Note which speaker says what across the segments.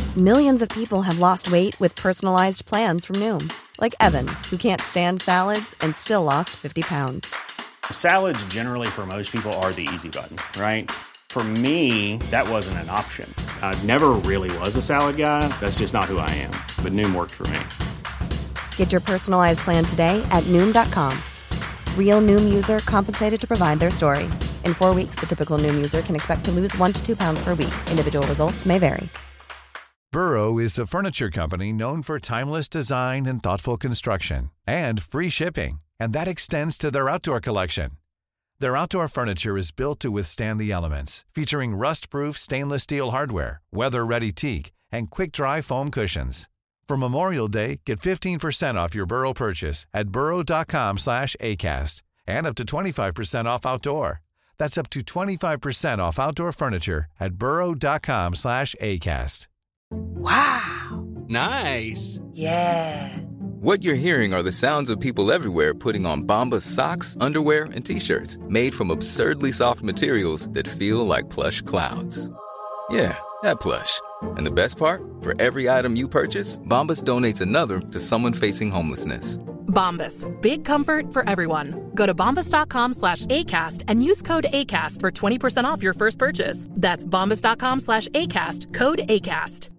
Speaker 1: Millions of people have lost weight with personalized plans from Noom. Like Evan, who can't stand salads and still lost 50 pounds.
Speaker 2: Salads generally for most people are the easy button, right? For me, that wasn't an option. I never really was a salad guy. That's just not who I am. But Noom worked for me.
Speaker 1: Get your personalized plan today at Noom.com. Real Noom user compensated to provide their story. In 4 weeks, the typical Noom user can expect to lose 1 to 2 pounds per week. Individual results may vary.
Speaker 3: Burrow is a furniture company known for timeless design and thoughtful construction, and free shipping, and that extends to their outdoor collection. Their outdoor furniture is built to withstand the elements, featuring rust-proof stainless steel hardware, weather-ready teak, and quick-dry foam cushions. For Memorial Day, get 15% off your Burrow purchase at burrow.com/acast, and up to 25% off outdoor. That's up to 25% off outdoor furniture at burrow.com/acast.
Speaker 4: Wow.
Speaker 5: Nice.
Speaker 4: Yeah.
Speaker 6: What you're hearing are the sounds of people everywhere putting on Bombas socks, underwear, and T-shirts made from absurdly soft materials that feel like plush clouds. Yeah, that plush. And the best part? For every item you purchase, Bombas donates another to someone facing homelessness.
Speaker 7: Bombas. Big comfort for everyone. Go to bombas.com/ACAST and use code ACAST for 20% off your first purchase. That's bombas.com/ACAST. Code ACAST.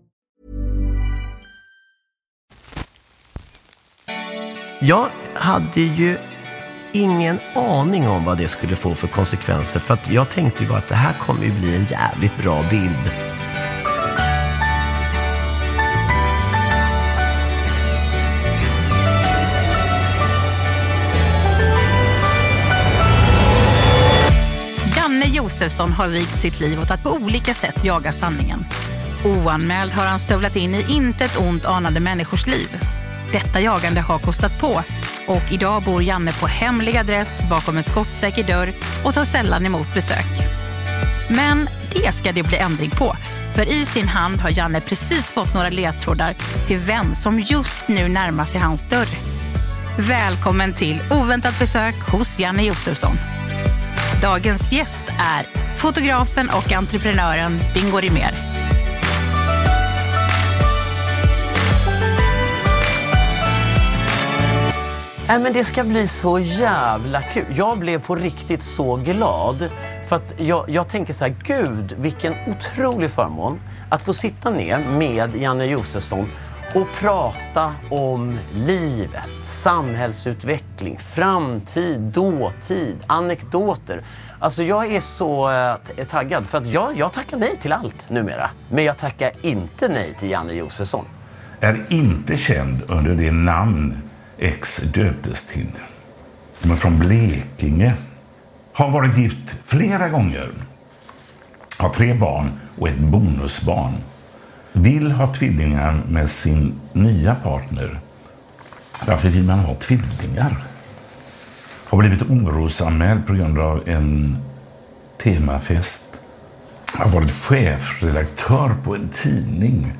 Speaker 8: Jag hade ju ingen aning om vad det skulle få för konsekvenser, för att jag tänkte ju bara att det här kommer ju bli en jävligt bra bild.
Speaker 9: Janne Josefsson har vikt sitt liv åt att på olika sätt jaga sanningen. Oanmäld har han stövlat in i intet ont anande människors liv. Detta jagande har kostat på, och idag bor Janne på hemlig adress bakom en skottsäker dörr och tar sällan emot besök. Men det ska det bli ändring på, för i sin hand har Janne precis fått några ledtrådar till vem som just nu närmar sig hans dörr. Välkommen till oväntat besök hos Janne Josefsson. Dagens gäst är fotografen och entreprenören Bingo Rimér.
Speaker 8: Men det ska bli så jävla kul. Jag blev på riktigt så glad. För att jag tänker så här, gud vilken otrolig förmån att få sitta ner med Janne Josefsson och prata om livet, samhällsutveckling, framtid, dåtid, anekdoter. Alltså jag är så taggad för att jag tackar nej till allt numera. Men jag tackar inte nej till Janne Josefsson.
Speaker 10: Är inte känd under det namn ex döptes till. De är från Blekinge. Har varit gift flera gånger. Har 3 barn och ett bonusbarn. Vill ha tvillingar med sin nya partner. Varför vill man ha tvillingar? Har blivit orosanmäld på grund av en temafest. Har varit chefredaktör på en tidning.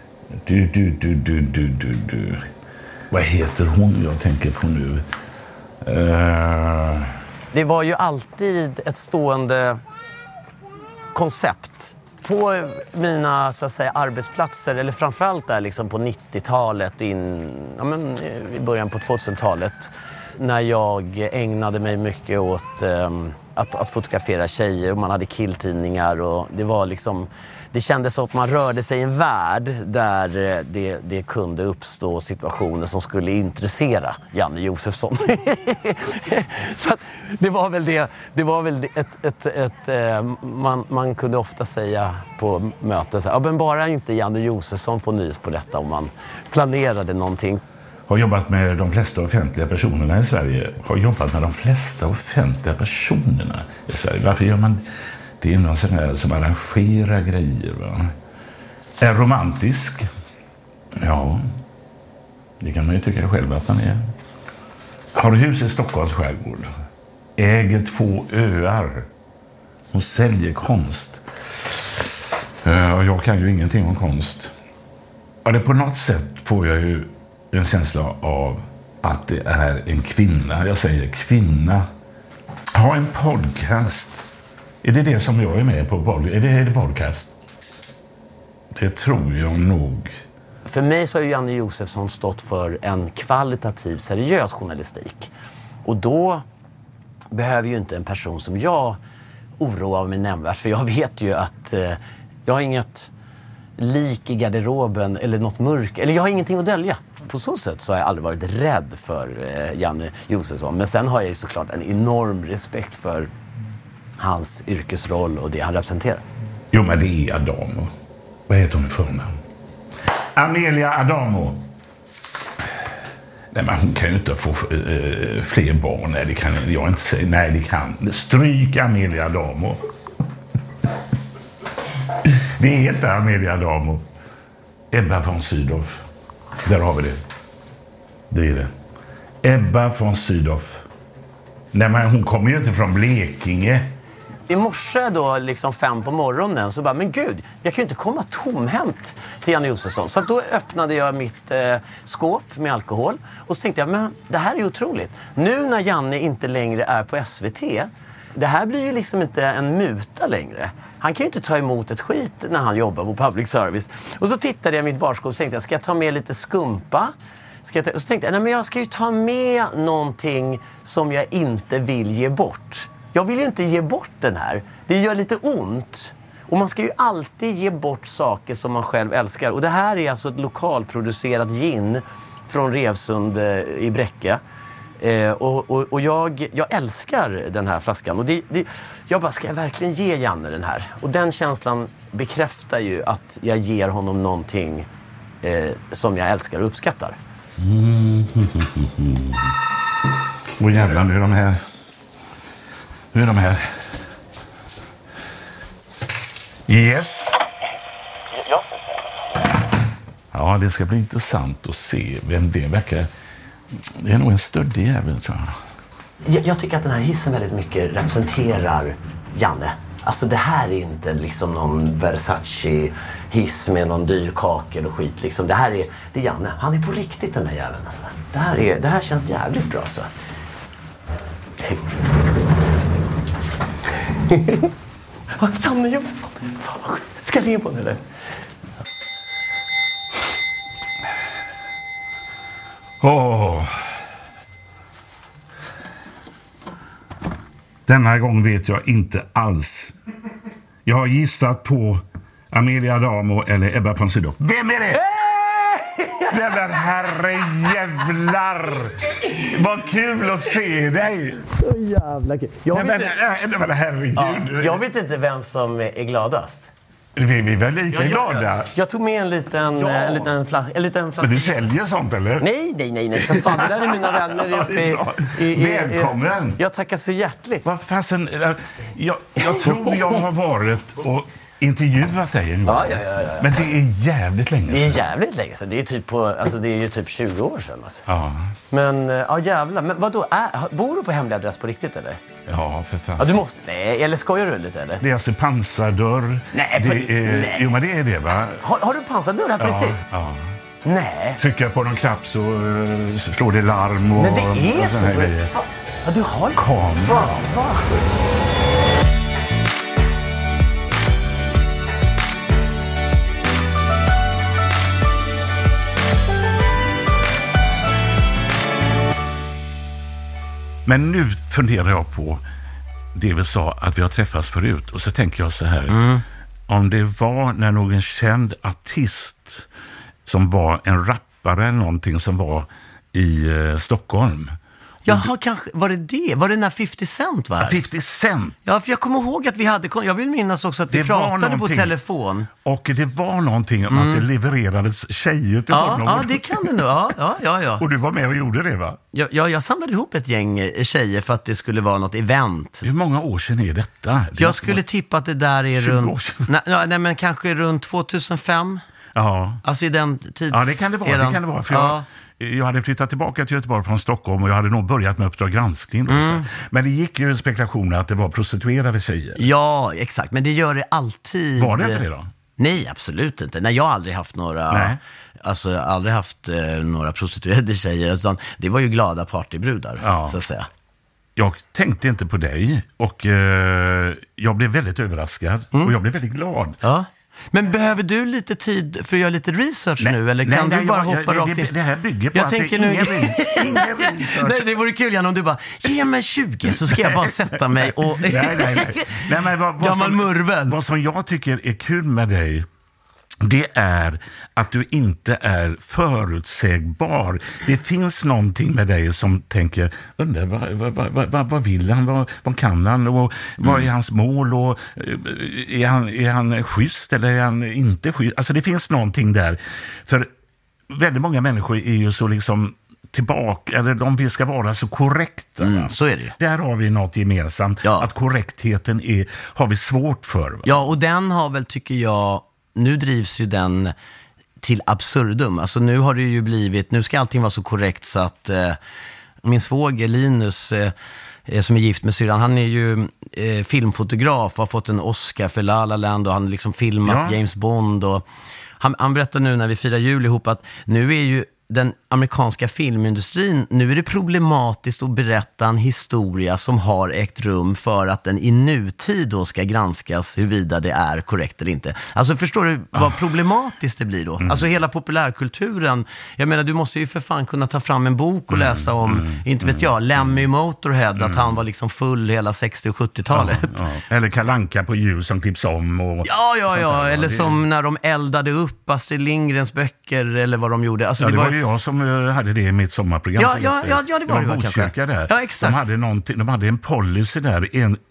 Speaker 10: Du. Vad heter hon jag tänker på nu?
Speaker 8: Det var ju alltid ett stående koncept på mina så att säga arbetsplatser, eller framförallt där liksom på 90-talet i början på 2000-talet, när jag ägnade mig mycket åt att fotografera tjejer, och man hade killtidningar, och det var liksom, det kändes som att man rörde sig i en värld där det kunde uppstå situationer som skulle intressera Janne Josefsson. Så att det var väl man kunde ofta säga på möten så här, ja, men bara inte Janne Josefsson får nys på detta om man planerade någonting.
Speaker 10: Har jobbat med de flesta offentliga personerna i Sverige. Varför gör man det? Är någon sån här som arrangerar grejer, va? Är romantisk? Ja, det kan man ju tycka själv att man är. Har hus i Stockholms skärgård. Äger 2 öar. Hon säljer konst. Och jag kan ju ingenting om konst. Ja, det på något sätt får jag ju en känsla av att det är en kvinna. Jag säger kvinna. Ha en podcast. Är det som jag är med på? Är det podcast? Det tror jag nog.
Speaker 8: För mig så har ju Janne Josefsson stått för en kvalitativ, seriös journalistik. Och då behöver ju inte en person som jag oroa mig nämnvärt. För jag vet ju att jag har inget lik i garderoben eller något mörk. Eller jag har ingenting att dölja. På så sätt så har jag aldrig varit rädd för Janne Josefsson. Men sen har jag ju såklart en enorm respekt för hans yrkesroll och det han representerar.
Speaker 10: Jo, men det är Adamo. Vad heter hon i förnamn? Amelia Adamo. Nej, men hon kan ju inte få fler barn. Nej, det kan jag inte säga. Nej, det kan. Stryk Amelia Adamo. Det heter Amelia Adamo. Ebba von Sydow. Där har vi det. Det är det. Ebba von Sydow. Nej, men hon kommer ju inte från Blekinge.
Speaker 8: I morse då, liksom 5 på morgonen, så bara, men gud, jag kan ju inte komma tomhänt till Janne Josefsson. Så då öppnade jag mitt skåp med alkohol och så tänkte jag, men det här är ju otroligt. Nu när Janne inte längre är på SVT, det här blir ju liksom inte en muta längre. Han kan ju inte ta emot ett skit när han jobbar på public service. Och så tittade jag i mitt barskåp och tänkte, ska jag ta med lite skumpa? Och så tänkte jag, nej, men jag ska ju ta med någonting som jag inte vill ge bort. Jag vill ju inte ge bort den här. Det gör lite ont. Och man ska ju alltid ge bort saker som man själv älskar. Och det här är alltså ett lokalproducerat gin från Revsund i Bräcke. Och jag älskar den här flaskan. Och jag bara, ska jag verkligen ge Janne den här? Och den känslan bekräftar ju att jag ger honom någonting som jag älskar och uppskattar.
Speaker 10: Och jävlar, nu är de här. Nu är de här. Yes. Ja, det ska bli intressant att se vem det verkar. Det är nog en stöddig jävel, tror jag.
Speaker 8: Jag tycker att den här hissen väldigt mycket representerar Janne. Alltså det här är inte liksom någon Versace-hiss med någon dyr kakel och skit. Liksom. Det är Janne. Han är på riktigt, den här jäveln. Alltså. Det här känns jävligt bra. Så. Janne Josefsson. Ska jag ringa på den eller?
Speaker 10: Denna gång vet jag inte alls. Jag har gissat på Amelia Adamo eller Ebba von Sydow. Vem är det? Det där herrejävlar. Vad kul att se dig.
Speaker 8: Så jävla kul.
Speaker 10: Herregud.
Speaker 8: Jag vet inte vem som är gladast.
Speaker 10: Vi är väl lika glada.
Speaker 8: Jag tog med en liten flaska.
Speaker 10: Men du säljer sånt, eller?
Speaker 8: Nej. För fan, det där är mina vänner uppe
Speaker 10: Välkommen.
Speaker 8: Jag tackar så hjärtligt.
Speaker 10: Vad fasen, jag tror jag har varit och intervjuat dig en gång.
Speaker 8: Ja.
Speaker 10: Men det är jävligt länge sedan.
Speaker 8: Det är jävligt länge sedan. Det är typ det är ju typ 20 år sedan. Alltså.
Speaker 10: Ja.
Speaker 8: Men, jävlar. Men vadå? Bor du på hemlig adress på riktigt, eller?
Speaker 10: Ja, för fan.
Speaker 8: Ja, du måste. Nej, eller skojar du lite, eller?
Speaker 10: Det är alltså pansardörr.
Speaker 8: Nej.
Speaker 10: Jo, men det är det, va?
Speaker 8: Har du pansardörr här på riktigt?
Speaker 10: Ja.
Speaker 8: Nej.
Speaker 10: Trycker på någon knapp så slår det larm och...
Speaker 8: Men det är så. Fan. Ja, du har ju...
Speaker 10: Kamera.
Speaker 8: Fan, vad sjukt.
Speaker 10: Men nu funderar jag på det vi sa, att vi har träffats förut. Och så tänker jag så här. Om det var när någon känd artist som var en rappare eller någonting som var i Stockholm.
Speaker 8: Jaha, kanske. Var det när 50 Cent var?
Speaker 10: 50 Cent?
Speaker 8: Ja, för jag kommer ihåg att vi hade... Jag vill minnas också att vi pratade på telefon.
Speaker 10: Och det var någonting om att det levererades tjejer till honom.
Speaker 8: Ja, det kan det nog. Ja.
Speaker 10: Och du var med och gjorde det, va?
Speaker 8: Ja, jag samlade ihop ett gäng tjejer för att det skulle vara något event.
Speaker 10: Hur många år sedan är detta?
Speaker 8: Jag skulle tippa att det där är
Speaker 10: 20 år sedan.
Speaker 8: Nej, men kanske runt 2005.
Speaker 10: Ja.
Speaker 8: Alltså i den tids...
Speaker 10: Ja, det kan det vara. För jag hade flyttat tillbaka till Göteborg från Stockholm och jag hade nog börjat med Uppdrag granskning. Men det gick ju spekulationer att det var prostituerade tjejer.
Speaker 8: Ja, exakt. Men det gör det alltid.
Speaker 10: Var det inte det då?
Speaker 8: Nej, absolut inte. Nej, jag har aldrig haft några... Nej. Alltså, jag har aldrig haft några prostituerade tjejer. Utan det var ju glada partybrudar, så att säga.
Speaker 10: Jag tänkte inte på dig och jag blev väldigt överraskad och jag blev väldigt glad.
Speaker 8: Ja. Men behöver du lite tid för att göra lite research nu? Eller kan du bara hoppa rakt in?
Speaker 10: Det här bygger på att det är ingen research.
Speaker 8: Nej, det vore kul, Jan, om du bara, ge mig 20 så ska jag bara sätta mig och...
Speaker 10: Nej, men vad som jag tycker är kul med dig, det är att du inte är förutsägbar. Det finns någonting med dig som tänker, undrar vad vill han, vad kan han och vad är hans mål och är han schysst eller är han inte schysst? Alltså det finns någonting där. För väldigt många människor är ju så liksom tillbaka, eller de ska vara så korrekta.
Speaker 8: Så är det.
Speaker 10: Där har vi något gemensamt, att korrektheten har vi svårt för. Va?
Speaker 8: Ja, och den har väl, tycker jag, nu drivs ju den till absurdum. Alltså nu har det ju blivit, nu ska allting vara så korrekt så att min svåger Linus som är gift med syrran, han är ju filmfotograf och har fått en Oscar för La La Land och han liksom filmat James Bond och han berättar nu när vi firar jul ihop att nu är ju den amerikanska filmindustrin, nu är det problematiskt att berätta en historia som har ägt rum för att den i nutid då ska granskas huruvida det är korrekt eller inte. Alltså förstår du vad problematiskt det blir då? Alltså hela populärkulturen, jag menar du måste ju för fan kunna ta fram en bok och läsa om, inte vet jag, Lemmy Motorhead, att han var liksom full hela 60- och 70-talet.
Speaker 10: Eller Kalle Anka på jul som klipps om. Och
Speaker 8: eller som när de eldade upp Astrid Lindgrens böcker eller vad de gjorde. Alltså,
Speaker 10: det var ju jag som hade det i mitt sommarprogram.
Speaker 8: Det var det
Speaker 10: Botkyrka där.
Speaker 8: Ja, exakt.
Speaker 10: De hade en policy där,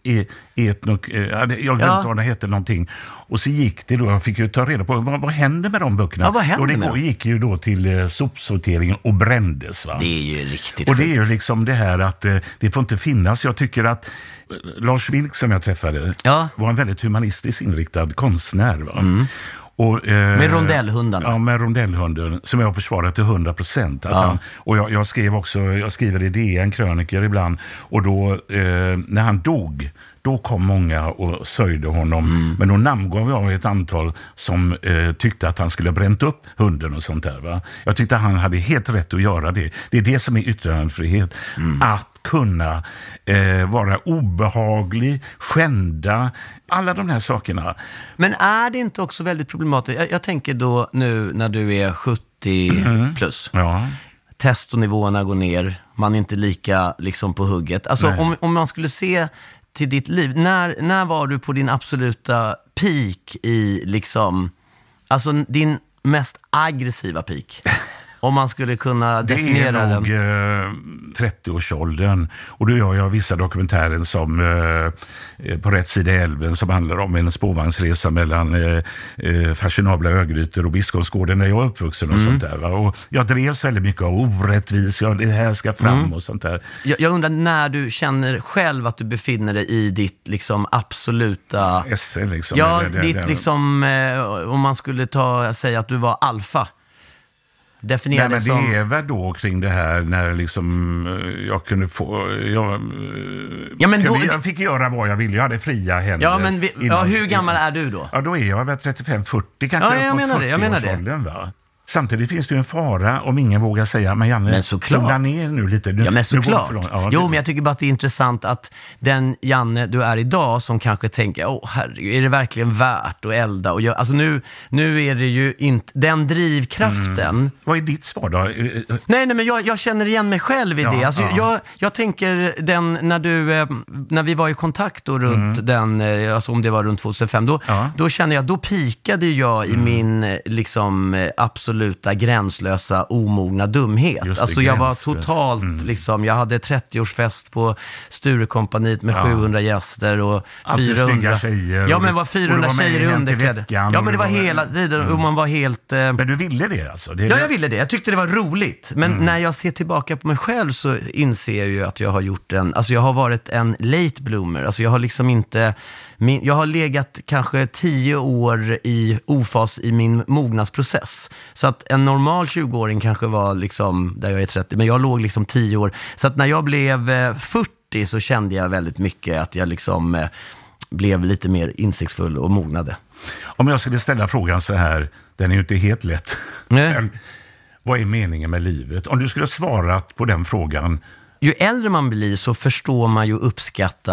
Speaker 10: jag glömde vad det hette någonting. Och så gick det då, jag fick ju ta reda på vad hände med de böckerna.
Speaker 8: Ja, vad hände med
Speaker 10: dem? Gick ju då till sopsorteringen och brändes. Va?
Speaker 8: Det är ju riktigt
Speaker 10: och det är ju liksom det här att det får inte finnas. Jag tycker att Lars Vilks som jag träffade var en väldigt humanistiskt inriktad konstnär. Va? Och,
Speaker 8: med rondellhundarna.
Speaker 10: Ja, med rondellhunden som jag har försvarat till 100%. Jag skriver i DN kröniker ibland och då när han dog, då kom många och sörjde honom. Men då namngav jag ett antal som tyckte att han skulle ha bränt upp hunden och sånt där. Va? Jag tyckte att han hade helt rätt att göra det. Det är det som är yttrandefrihet. Att kunna vara obehaglig, skända, alla de här sakerna.
Speaker 8: Men är det inte också väldigt problematiskt? Jag tänker då nu när du är 70 plus.
Speaker 10: Ja.
Speaker 8: Testonivåerna går ner, man är inte lika liksom på hugget. Alltså om man skulle se till ditt liv, när var du på din absoluta peak i liksom, alltså din mest aggressiva peak? Om man skulle kunna definiera den.
Speaker 10: Det är nog 30-årsåldern. Och då gör jag vissa dokumentärer som På rätt sida älven som handlar om en spårvagnsresa mellan fashionabla Örgryte och Biskopsgården där jag är uppvuxen och sånt där. Va? Och jag drevs väldigt mycket av orättvis, det här ska fram och sånt där.
Speaker 8: Jag undrar när du känner själv att du befinner dig i ditt liksom absoluta...
Speaker 10: SL liksom.
Speaker 8: Ja, ditt liksom, om man skulle säga att du var alfa.
Speaker 10: Nej, men det är väl då kring det här när liksom jag kunde få jag fick göra vad jag ville, jag hade fria händer.
Speaker 8: Ja, men hur gammal är du då?
Speaker 10: Ja, då är jag väl 35-40 kanske.
Speaker 8: Ja, jag menar det.
Speaker 10: Va? Samtidigt finns det ju en fara om ingen vågar säga, men Janne, lugna ner nu lite.
Speaker 8: Ja, men såklart. Men jag tycker bara att det är intressant att den Janne du är idag som kanske tänker, herregud, är det verkligen värt att elda? Och alltså nu är det ju inte den drivkraften.
Speaker 10: Vad är ditt svar då?
Speaker 8: Nej, men jag känner igen mig själv i det. Alltså, jag tänker när vi var i kontakt då runt den, alltså om det var runt 2005, då känner jag, då pikade jag i min liksom absoluta gränslösa omogna dumhet. Alltså jag var totalt liksom, jag hade 30-årsfest på Sturekompaniet med 700 gäster och 400
Speaker 10: tjejer.
Speaker 8: Ja, men var 400 tjejer i underkläder. Ja, men det var hela tiden och man var helt Men
Speaker 10: du ville det alltså?
Speaker 8: Jag ville det. Jag tyckte det var roligt. Men när jag ser tillbaka på mig själv så inser jag ju att jag har gjort jag har varit en late bloomer. Alltså jag har liksom inte jag har legat kanske 10 år i ofas i min mognadsprocess. Så att en normal 20-åring kanske var liksom, där jag är 30, men jag låg liksom 10 år. Så att när jag blev 40 så kände jag väldigt mycket att jag liksom blev lite mer insiktsfull och mognade.
Speaker 10: Om jag skulle ställa frågan så här, den är ju inte helt lätt. Men, vad är meningen med livet? Om du skulle ha svarat på den frågan.
Speaker 8: Ju äldre man blir så förstår man ju uppskatta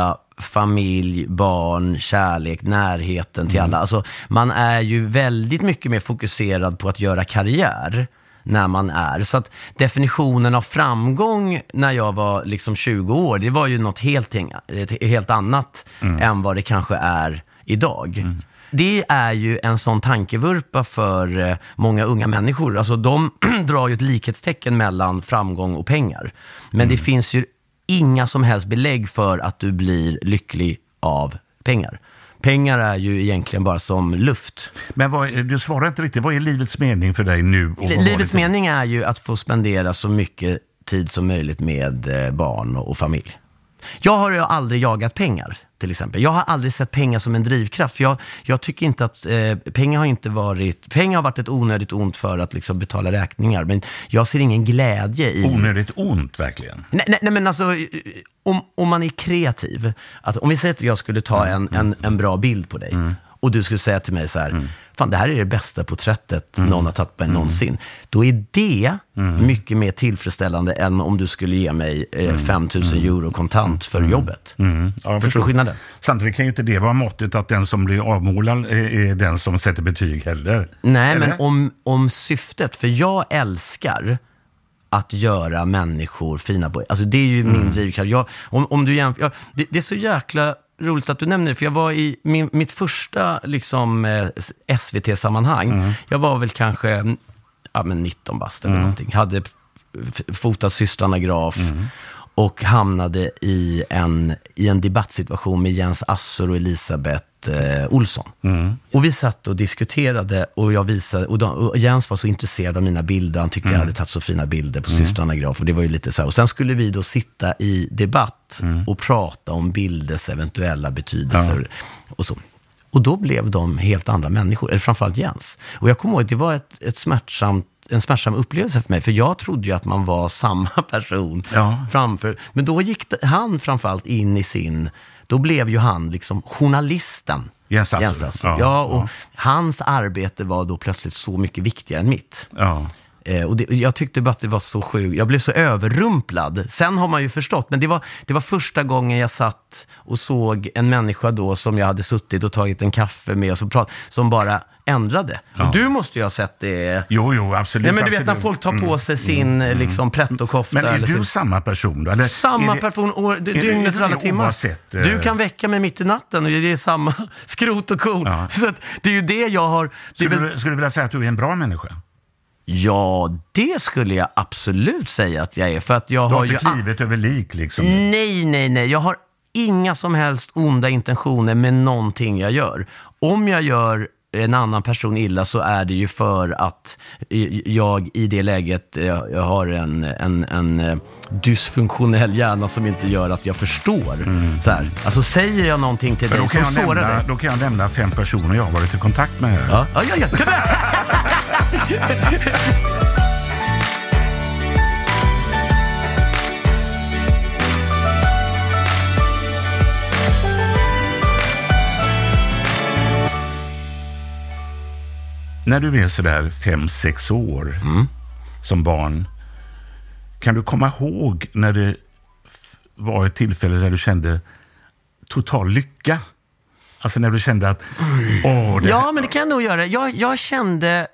Speaker 8: familj, barn, kärlek, närheten till alla. Alltså, man är ju väldigt mycket mer fokuserad på att göra karriär när man är. Så att definitionen av framgång när jag var liksom 20 år, det var ju något helt annat än vad det kanske är idag. Det är ju en sån tankevurpa för många unga människor. Alltså de drar ju ett likhetstecken mellan framgång och pengar. Men det finns ju inga som helst belägg för att du blir lycklig av pengar. Pengar är ju egentligen bara som luft.
Speaker 10: Men du svarar inte riktigt. Vad är livets mening för dig nu?
Speaker 8: Livets mening är ju att få spendera så mycket tid som möjligt med barn och familj. Jag har ju aldrig jagat pengar, till exempel. Jag har aldrig sett pengar som en drivkraft. Jag tycker inte att pengar har varit ett onödigt ont för att liksom betala räkningar. Men jag ser ingen glädje i...
Speaker 10: Onödigt ont, verkligen?
Speaker 8: Nej, men alltså, om man är kreativ. Att om vi säger att jag skulle ta en bra bild på dig. Och du skulle säga till mig så här, fan, det här är det bästa porträttet någon har tagit på någonsin. Då är det mycket mer tillfredsställande än om du skulle ge mig 5 000 euro kontant för jobbet.
Speaker 10: Ja,
Speaker 8: förstår du skillnaden?
Speaker 10: Samtidigt kan ju inte det vara måttet att den som blir avmålad är den som sätter betyg heller.
Speaker 8: Nej, eller? Men om syftet, för jag älskar att göra människor fina på. Alltså det är ju min drivkraft. Om du jämför, det är så jäkla roligt att du nämner det, för jag var i mitt första liksom SVT-sammanhang. Jag var väl kanske 19 bast eller någonting. Hade fotat systrarna Graf och hamnade i en debattsituation med Jens Assor och Elisabeth Olsson. Och vi satt och diskuterade och jag visade, och Jens var så intresserad av mina bilder. Han tyckte jag hade tagit så fina bilder på systrarna Graf, och det var ju lite så här. Och sen skulle vi då sitta i debatt och prata om bilders eventuella betydelser och så. Och då blev de helt andra människor, eller framförallt Jens. Och jag kommer ihåg att det var en smärtsam upplevelse för mig, för jag trodde ju att man var samma person framför. Men då gick han framförallt in i då blev ju han liksom journalisten.
Speaker 10: Jens Assor.
Speaker 8: Ja, och hans arbete var då plötsligt så mycket viktigare än mitt. Ja. Och jag tyckte bara att det var så sjukt. Jag blev så överrumplad. Sen har man ju förstått, men det var första gången jag satt och såg en människa då som jag hade suttit och tagit en kaffe med och som bara ändrade. Ja. Och du måste ju ha sett det.
Speaker 10: Jo, absolut.
Speaker 8: Nej, men du vet när folk tar på sig sin liksom pretto-kofta.
Speaker 10: Men är
Speaker 8: eller
Speaker 10: du samma person då? Eller
Speaker 8: samma person dygnet för alla timmar. Oavsett, du kan väcka mig mitt i natten och det är samma skrot och korn. Ja. Så att det är ju det jag har...
Speaker 10: Skulle du vilja säga att du är en bra människa?
Speaker 8: Ja, det skulle jag absolut säga att jag är. För att jag
Speaker 10: du
Speaker 8: har
Speaker 10: inte klivit över lik liksom?
Speaker 8: Nej. Jag har inga som helst onda intentioner med någonting jag gör. Om jag gör en annan person illa så är det ju för att jag i det läget jag har en dysfunktionell hjärna som inte gör att jag förstår. Så här. Alltså säger jag någonting till dig som sårar dig.
Speaker 10: Då kan jag nämna 5 personer jag har varit i kontakt med här.
Speaker 8: Ja.
Speaker 10: När du är sådär 5-6 år som barn, kan du komma ihåg när det var ett tillfälle där du kände total lycka? Alltså när du kände att
Speaker 8: Ja, men det kan jag nog göra. Jag kände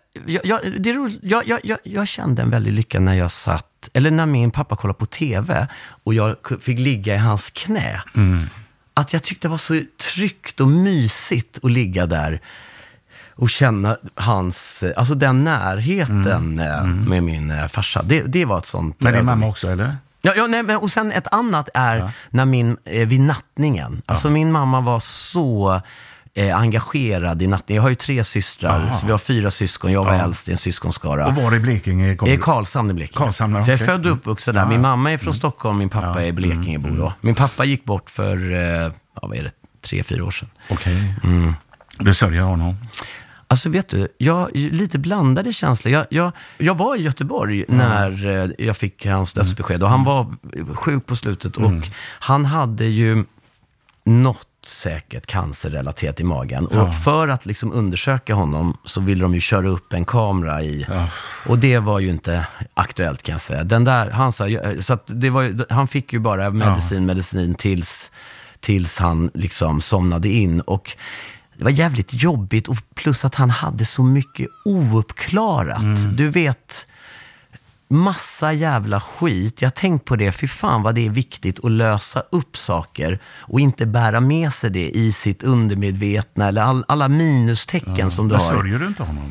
Speaker 8: jag kände en väldig lycka när jag satt, eller när min pappa kollade på tv och jag fick ligga i hans knä. Att jag tyckte det var så tryggt och mysigt att ligga där och känna alltså den närheten med min farsa. Det var ett sånt...
Speaker 10: Men din mamma också, eller?
Speaker 8: Ja, nej, och sen ett annat är när vid nattningen. Alltså min mamma var så engagerad i nattningen. Jag har ju 3 systrar, så vi har 4 syskon. Jag var äldst i en syskonskara.
Speaker 10: Och var i Blekinge?
Speaker 8: Karlshamn i Blekinge. Så jag är född och uppvuxen där. Min mamma är från Stockholm, min pappa är Blekingebor då. Min pappa gick bort för 3-4 år sedan.
Speaker 10: Okej. Du sörjer honom?
Speaker 8: Alltså vet du, jag lite blandade känslor. Jag var i Göteborg när jag fick hans dödsbesked och han var sjuk på slutet och han hade ju något säkert cancerrelaterat i magen. Och för att liksom undersöka honom så ville de ju köra upp en kamera i. Och det var ju inte aktuellt, kan jag säga. Den där, han sa, så att det var ju, han fick ju bara medicin tills han liksom somnade in. Och det var jävligt jobbigt, och plus att han hade så mycket ouppklarat. Du vet, massa jävla skit. Jag har tänkt på det, fy fan vad det är viktigt att lösa upp saker och inte bära med sig det i sitt undermedvetna eller alla minustecken som du har.
Speaker 10: Sörjer du inte honom?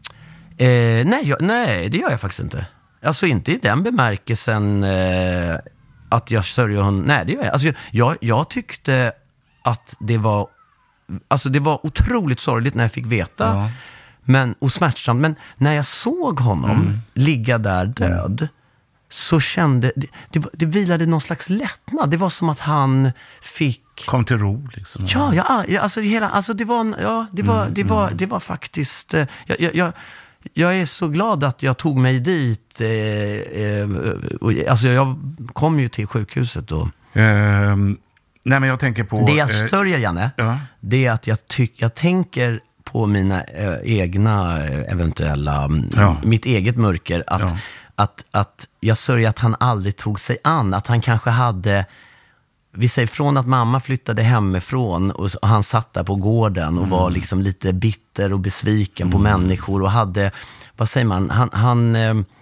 Speaker 8: Nej, det gör jag faktiskt inte. Alltså inte i den bemärkelsen att jag sörjer honom. Nej, det gör jag. Alltså jag tyckte att det var otroligt sorgligt när jag fick veta. Och smärtsamt. Men när jag såg honom ligga där död, så kände det vilade någon slags lättnad. Det var som att han
Speaker 10: kom till ro liksom.
Speaker 8: Det var faktiskt jag är så glad att jag tog mig dit. Alltså jag kom ju till sjukhuset då.
Speaker 10: Nej, men jag tänker på...
Speaker 8: Det jag sörjer, Janne, det är att jag tänker på mina egna eventuella... mitt eget mörker. Att jag sörjer att han aldrig tog sig an. Att han kanske hade... Vi säger från att mamma flyttade hemifrån och han satt där på gården och var liksom lite bitter och besviken på människor och hade... Vad säger man?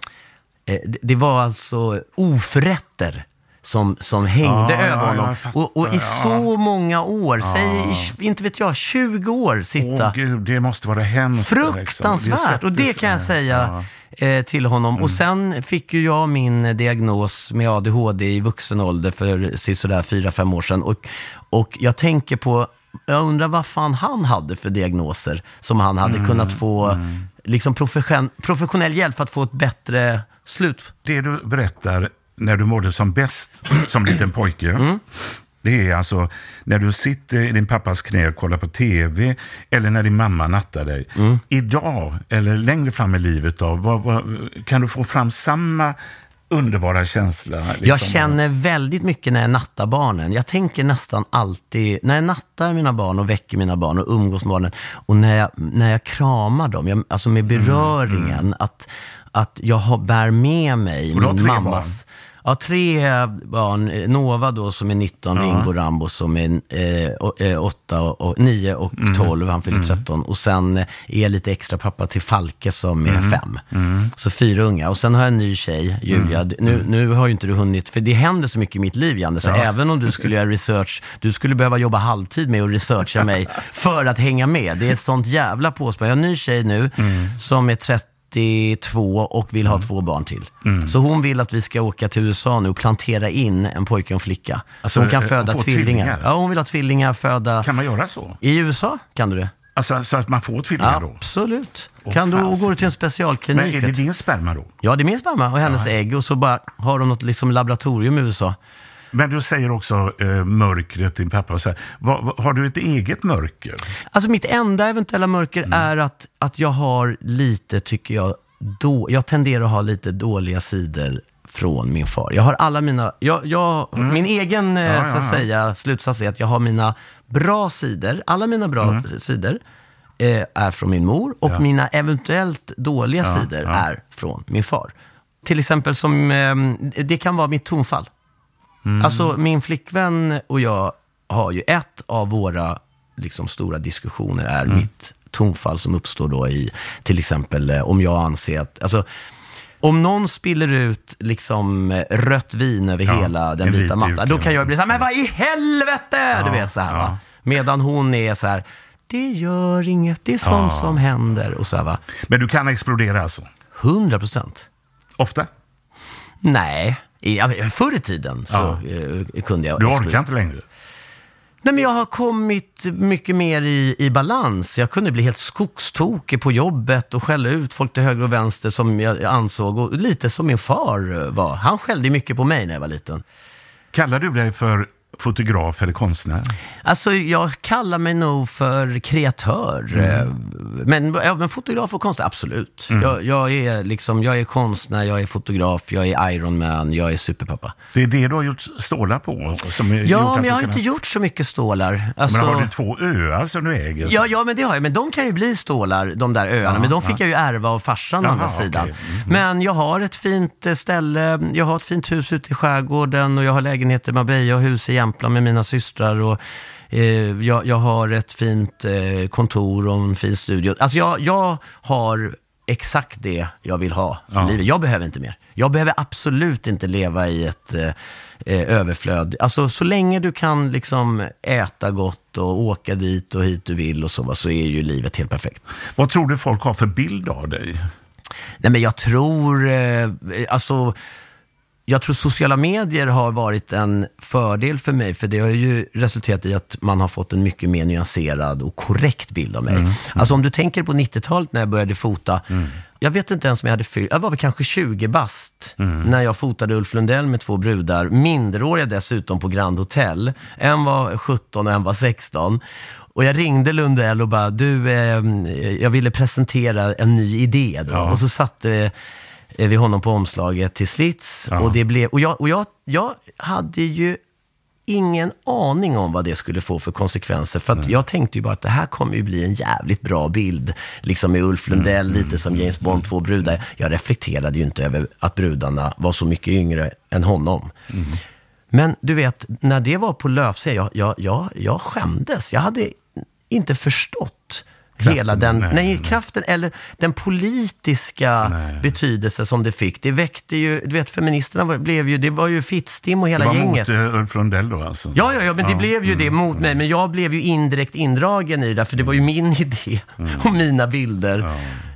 Speaker 8: Det var alltså oförrätter som hängde över honom. Och i så många år, säg inte vet jag, 20 år sitta.
Speaker 10: Gud, det måste vara hemskt.
Speaker 8: Fruktansvärt. Liksom. Och det kan jag säga till honom. Och sen fick ju jag min diagnos med ADHD i vuxen ålder för sådär 4-5 år sedan. Och jag tänker på, jag undrar vad fan han hade för diagnoser som han hade kunnat få liksom professionell hjälp för att få ett bättre slut.
Speaker 10: Det du berättar när du mådde som bäst som liten pojke, det är alltså när du sitter i din pappas knä och kollar på tv, eller när din mamma nattar dig. Idag, eller längre fram i livet då, kan du få fram samma underbara känsla? Liksom?
Speaker 8: Jag känner väldigt mycket när jag nattar barnen. Jag tänker nästan alltid, när jag nattar mina barn och väcker mina barn och umgås med barnen, och när jag kramar dem, alltså med beröringen, att jag bär med mig min mammas... Barn. Ja, 3 barn. Nova då som är 19, Ringo Rambo som är 8 och 9 och 12, han fyller 13. Och sen är jag lite extra pappa till Falke som är 5. Så 4 unga. Och sen har jag en ny tjej, Julia. Nu har ju inte du hunnit, för det händer så mycket i mitt liv, Janne. Så även om du skulle göra research, du skulle behöva jobba halvtid med att researcha mig för att hänga med. Det är ett sånt jävla påspår. Jag har en ny tjej nu som är 32 och vill ha 2 barn till. Så hon vill att vi ska åka till USA nu och plantera in en pojke och en flicka. Alltså, hon kan föda tvillingar. Ja, hon vill ha tvillingar föda.
Speaker 10: Kan man göra så?
Speaker 8: I USA kan du det.
Speaker 10: Alltså så att man får tvillingar då?
Speaker 8: Absolut. Kan du gå till en specialklinik.
Speaker 10: Men är det din sperma då?
Speaker 8: Ja, det är min sperma och hennes ägg. Och så bara har de något liksom laboratorium i USA.
Speaker 10: Men du säger också mörkret, din pappa. Och så här. Har du ett eget mörker?
Speaker 8: Alltså mitt enda eventuella mörker är att jag har lite, tycker jag, jag tenderar att ha lite dåliga sidor från min far. Jag har alla mina... Min egen så att säga, slutsats är att jag har mina bra sidor. Alla mina bra sidor är från min mor. Och mina eventuellt dåliga sidor är från min far. Till exempel som... det kan vara mitt tonfall. Alltså min flickvän och jag har ju ett av våra liksom stora diskussioner är mitt tonfall som uppstår då i till exempel om jag anser att, alltså om någon spiller ut liksom rött vin över hela den vita mattan, då kan jag bli så här, men vad i helvete, du vet så här va. Medan hon är så här, det gör inget, det är sånt som händer och så här va.
Speaker 10: Men du kan explodera alltså?
Speaker 8: 100%.
Speaker 10: Ofta?
Speaker 8: Nej. Förr i tiden så kunde jag...
Speaker 10: Du orkar inte längre?
Speaker 8: Nej, men jag har kommit mycket mer i balans. Jag kunde bli helt skogstokig på jobbet och skälla ut folk till höger och vänster som jag ansåg. Och lite som min far var. Han skällde mycket på mig när jag var liten.
Speaker 10: Kallar du dig för fotograf eller konstnär?
Speaker 8: Alltså jag kallar mig nog för kreatör. Men fotograf och konstnär, absolut. Jag är konstnär, jag är fotograf, jag är Ironman, jag är superpappa.
Speaker 10: Det är det du har gjort stålar på?
Speaker 8: Men jag har inte gjort så mycket stålar. Alltså...
Speaker 10: Men har du 2 öar som du äger?
Speaker 8: Ja, men det har jag. Men de kan ju bli stålar, de där öarna. Men de fick jag ju ärva av farsan å andra sidan. Men jag har ett fint ställe, jag har ett fint hus ute i skärgården och jag har lägenheter i Marbella och hus i Jämtland med mina systrar och jag har ett fint kontor och en fin studio. Alltså jag har exakt det jag vill ha i livet. Jag behöver inte mer. Jag behöver absolut inte leva i ett överflöd. Alltså så länge du kan liksom äta gott och åka dit och hit du vill och så är ju livet helt perfekt.
Speaker 10: Vad tror du folk har för bild av dig?
Speaker 8: Nej, men jag tror sociala medier har varit en fördel för mig, för det har ju resulterat i att man har fått en mycket mer nyanserad och korrekt bild av mig. Alltså om du tänker på 90-talet när jag började fota, jag vet inte ens om jag hade jag var väl kanske 20 bast när jag fotade Ulf Lundell med 2 brudar, minderåriga dessutom på Grand Hotel. En var 17 och en var 16. Och jag ringde Lundell och bara, jag ville presentera en ny idé då. Och så satte vi honom på omslaget till Slits. Och det blev, jag hade ju ingen aning om vad det skulle få för konsekvenser. För att jag tänkte ju bara att det här kommer ju bli en jävligt bra bild. Liksom med Ulf Lundell, lite som James Bond, 2 brudar. Jag reflekterade ju inte över att brudarna var så mycket yngre än honom. Men du vet, när det var på löpscen, jag skämdes. Jag hade inte förstått hela den kraften eller den politiska betydelse som det fick. Det väckte ju, du vet, feministerna det var ju Fittstim och hela gänget. Det var
Speaker 10: mot Ulf Lundell då alltså? Ja,
Speaker 8: men det blev ju det mot mig. Men jag blev ju indirekt indragen i det, för det var ju min idé och mina bilder.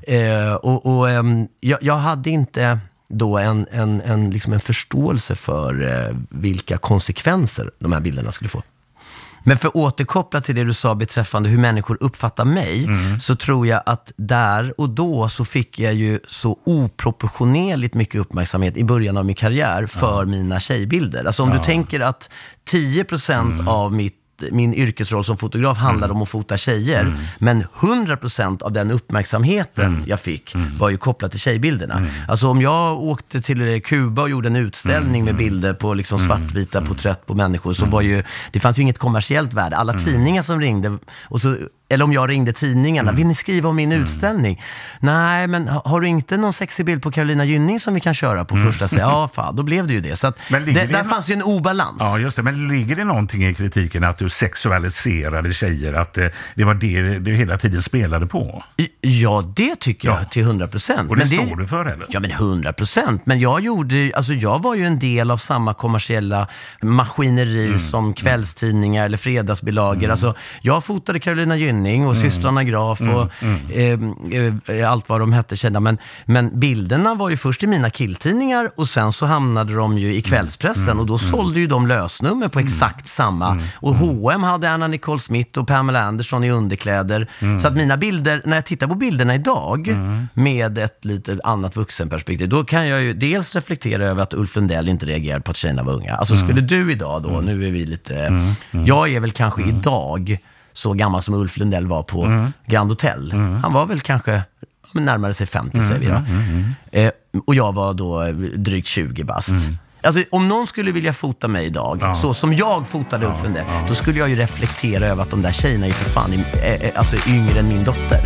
Speaker 8: Jag hade inte då en förståelse för vilka konsekvenser de här bilderna skulle få. Men för att återkoppla till det du sa beträffande hur människor uppfattar mig, så tror jag att där och då så fick jag ju så oproportionerligt mycket uppmärksamhet i början av min karriär för mina tjejbilder. Alltså om du tänker att 10% av min yrkesroll som fotograf handlade om att fota tjejer, men 100% av den uppmärksamheten jag fick var ju kopplat till tjejbilderna. Alltså om jag åkte till Kuba och gjorde en utställning med bilder på liksom svartvita porträtt på människor, så var ju, det fanns ju inget kommersiellt värde. Alla tidningar som ringde, eller om jag ringde tidningarna, vill ni skriva om min utställning? Nej, men har du inte någon sexig bild på Carolina Gynning som vi kan köra på första sidan? Ja, fan, då blev det ju det. Så att där fanns ju en obalans.
Speaker 10: Ja, just det. Men ligger det någonting i kritiken att du sexualiserade tjejer, att det var det du hela tiden spelade på?
Speaker 8: Ja, det tycker jag till 100%.
Speaker 10: Och det står du för, eller?
Speaker 8: Ja, men 100%. Men jag var ju en del av samma kommersiella maskineri som kvällstidningar eller fredagsbilagor. Alltså, jag fotade Carolina Gynning och systrarna Graf och allt vad de hette kända. Men bilderna var ju först i mina killtidningar och sen så hamnade de ju i kvällspressen och då sålde ju de lösnummer på exakt samma. Och H&M hade Anna Nicole Smith och Pamela Anderson i underkläder. Så att mina bilder, när jag tittar på bilderna idag med ett lite annat vuxenperspektiv, då kan jag ju dels reflektera över att Ulf Lundell inte reagerade på att tjejerna var unga. Alltså skulle du idag då, nu är vi lite... Jag är väl kanske idag så gammal som Ulf Lundell var på Grand Hotel. Han var väl kanske närmare sig 50, säger vi då. Och jag var då drygt 20 bast. Alltså om någon skulle vilja fota mig idag, så som jag fotade Ulf Lundell, då skulle jag ju reflektera över att de där tjejerna är för fan alltså yngre än min dotter.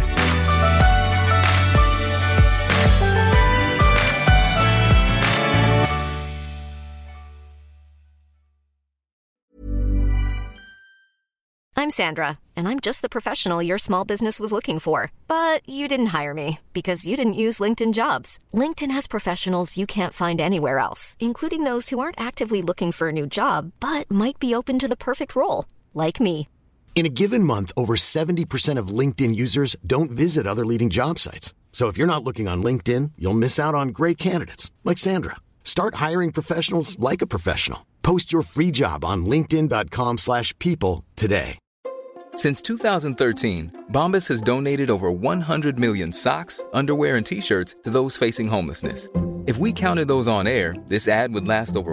Speaker 5: I'm Sandra, and I'm just the professional your small business was looking for. But you didn't hire me because you didn't use LinkedIn Jobs. LinkedIn has professionals you can't find anywhere else, including those who aren't actively looking for a new job, but might be open to the perfect role, like me.
Speaker 11: In a given month, over 70% of LinkedIn users don't visit other leading job sites. So if you're not looking on LinkedIn, you'll miss out on great candidates, like Sandra. Start hiring professionals like a professional. Post your free job on linkedin.com/people today.
Speaker 6: Since 2013, Bombas has donated over 100 million socks, underwear, and T-shirts to those facing homelessness. If we counted those on air, this ad would last over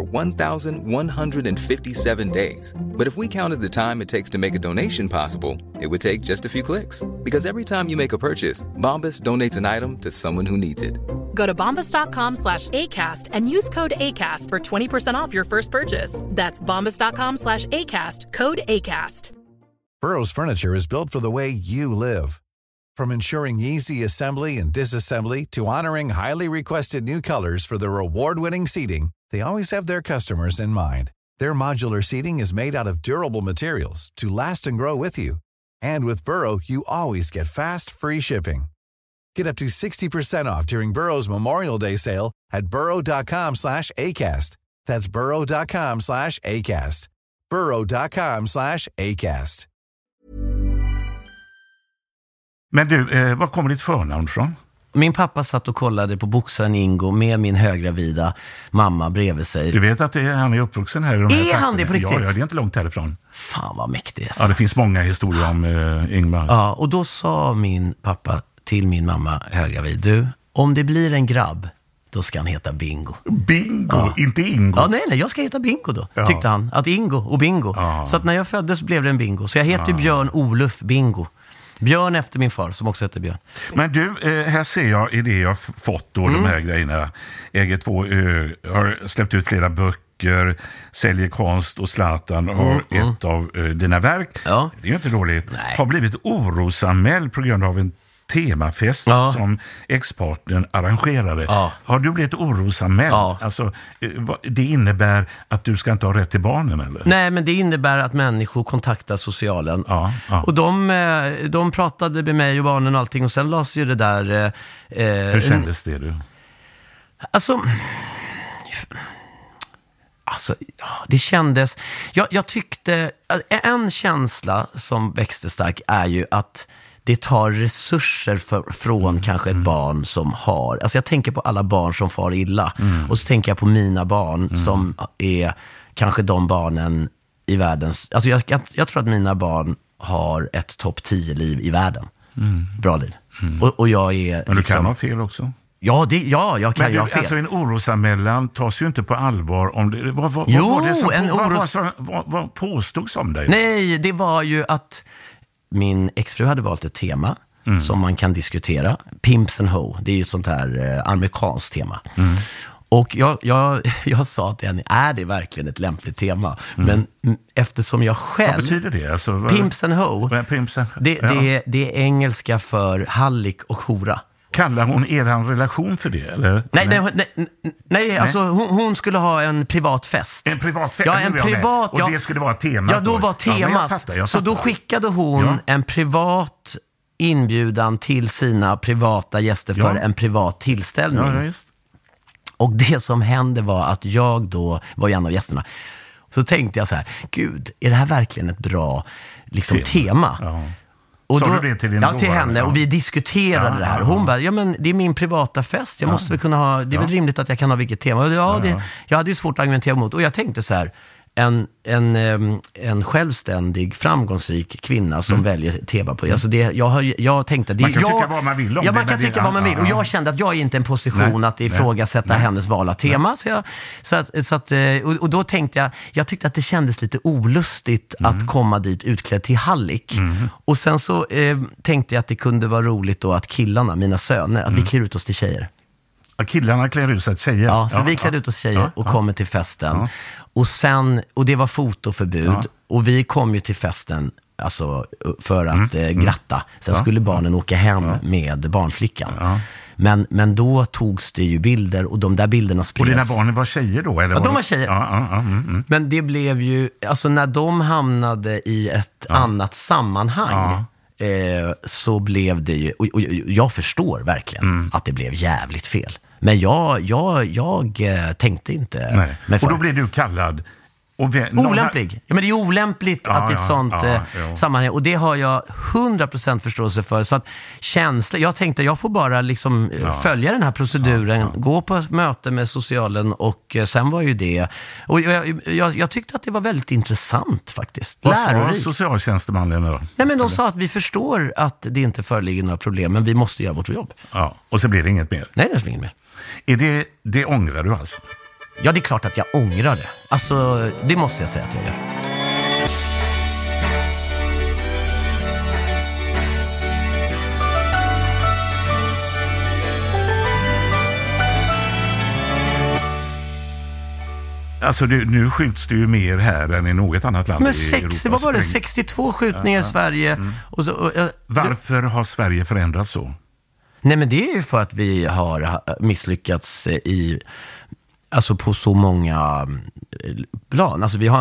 Speaker 6: 1,157 days. But if we counted the time it takes to make a donation possible, it would take just a few clicks. Because every time you make a purchase, Bombas donates an item to someone who needs it.
Speaker 7: Go to bombas.com/ACAST and use code ACAST for 20% off your first purchase. That's bombas.com/ACAST, code ACAST.
Speaker 3: Burrow's furniture is built for the way you live. From ensuring easy assembly and disassembly to honoring highly requested new colors for their award-winning seating, they always have their customers in mind. Their modular seating is made out of durable materials to last and grow with you. And with Burrow, you always get fast, free shipping. Get up to 60% off during Burrow's Memorial Day sale at burrow.com/ACAST. That's burrow.com/ACAST. burrow.com/ACAST.
Speaker 10: Men du, var kommer ditt förnamn från?
Speaker 8: Min pappa satt och kollade på boxaren Ingo med min högravida mamma bredvid sig.
Speaker 10: Du vet att han är uppvuxen här i de här
Speaker 8: trakterna. Han det på riktigt?
Speaker 10: Ja, det är inte långt härifrån.
Speaker 8: Fan vad mäktigt. Alltså.
Speaker 10: Ja, det finns många historier om Ingmar.
Speaker 8: Ja, och då sa min pappa till min mamma höggravid: du, om det blir en grabb, då ska han heta Bingo.
Speaker 10: Bingo, ja. Inte Ingo.
Speaker 8: Ja, nej, jag ska heta Bingo då, tyckte han. Att Ingo och Bingo. Ja. Så att när jag föddes blev det en Bingo. Så jag heter ju Björn Olof Bingo. Björn efter min far, som också heter Björn.
Speaker 10: Men du, här ser jag i det jag fått då, de här grejerna. Äger 2 har släppt ut flera böcker, säljer konst och Zlatan har ett av dina verk. Ja. Det är ju inte dåligt. Nej. Har blivit orosanmäld på grund av en temafest som ex-partnern arrangerade. Ja. Har du blivit orosanmäld? Ja. Alltså, det innebär att du ska inte ha rätt till barnen, eller?
Speaker 8: Nej, men det innebär att människor kontaktar socialen. Ja. Och de pratade med mig och barnen och allting, och sen lades ju det där...
Speaker 10: Hur kändes det, du?
Speaker 8: Alltså, det kändes... Jag tyckte... En känsla som växte stark är ju att det tar resurser från kanske ett barn som har... Alltså jag tänker på alla barn som far illa. Och så tänker jag på mina barn som är kanske de barnen i världens... Alltså jag tror att mina barn har ett topp 10-liv i världen. Bra liv. Och jag är...
Speaker 10: Men du kan ha fel också.
Speaker 8: Jag kan ju ha fel.
Speaker 10: Alltså en orosanmälan tas ju inte på allvar om det... Vad påstods om dig?
Speaker 8: Nej, det var ju att... Min exfru hade valt ett tema som man kan diskutera. Pimps and Hoe, det är ju ett sånt här amerikanskt tema. Och jag sa till henne, är det verkligen ett lämpligt tema? Men eftersom jag själv...
Speaker 10: Vad betyder det? Alltså,
Speaker 8: Pimps and Hoe, det är engelska för hallick och hora.
Speaker 10: Kallar hon eran relation för det, eller?
Speaker 8: Nej, alltså hon skulle ha en privat fest.
Speaker 10: En privat fest?
Speaker 8: Ja, en privat...
Speaker 10: Och det skulle vara temat?
Speaker 8: Ja, då var temat. Jag fattar. Så då skickade hon en privat inbjudan till sina privata gäster för en privat tillställning.
Speaker 10: Ja, just.
Speaker 8: Och det som hände var att jag då var en av gästerna. Så tänkte jag så här, gud, är det här verkligen ett bra tema? Ja. Och
Speaker 10: sa du det till din
Speaker 8: till henne, och vi diskuterade det här. Hon bara, men det är min privata fest. Jag måste väl kunna ha, det är väl rimligt att jag kan ha vilket tema. Jag hade ju svårt att argumentera emot. Och jag tänkte så här, en självständig, framgångsrik kvinna som väljer tema på. Alltså jag tänkte...
Speaker 10: Man kan tycka vad man vill om det.
Speaker 8: Ja, man kan tycka vad man vill. Och jag kände att jag är inte i en position att ifrågasätta hennes val av tema. Och då tänkte jag tyckte att det kändes lite olustigt att komma dit utklädd till hallick. Och sen så tänkte jag att det kunde vara roligt då att killarna, mina söner, att vi klär ut oss till tjejer.
Speaker 10: Killarna klär ut sig till tjejer?
Speaker 8: Ja, så vi klädde ut oss tjejer och kommer till festen. Och det var fotoförbud. Och vi kom ju till festen alltså, för att gratta. Sen skulle barnen åka hem med barnflickan. Men då togs det ju bilder, och de där bilderna spreds.
Speaker 10: Och dina barn var tjejer då? Eller
Speaker 8: de var tjejer. Men det blev ju, alltså när de hamnade i ett annat sammanhang så blev det ju, och jag förstår verkligen att det blev jävligt fel. Men jag tänkte inte.
Speaker 10: Och då blev du kallad
Speaker 8: olämplig. Ja, men det är olämpligt att ett sånt sammanhang, och det har jag 100% förståelse för. Så att jag tänkte jag får bara liksom följa den här proceduren, gå på möte med socialen, och sen var ju det. Och jag tyckte att det var väldigt intressant faktiskt.
Speaker 10: Vad sa socialtjänstemannen då?
Speaker 8: Nej, men de sa att vi förstår att det inte föreligger några problem, men vi måste göra vårt jobb.
Speaker 10: Ja, och så blir det inget mer.
Speaker 8: Nej, det blir inget mer.
Speaker 10: Det ångrar du alltså?
Speaker 8: Ja, det är klart att jag ångrar det. Alltså, det måste jag säga att jag gör.
Speaker 10: Alltså nu skjuts det ju mer här än i något annat land.
Speaker 8: Men vad var det? 62 skjutningar i Sverige.
Speaker 10: Varför har Sverige förändrats så?
Speaker 8: Nej, men det är ju för att vi har misslyckats Alltså på så många plan. Alltså vi har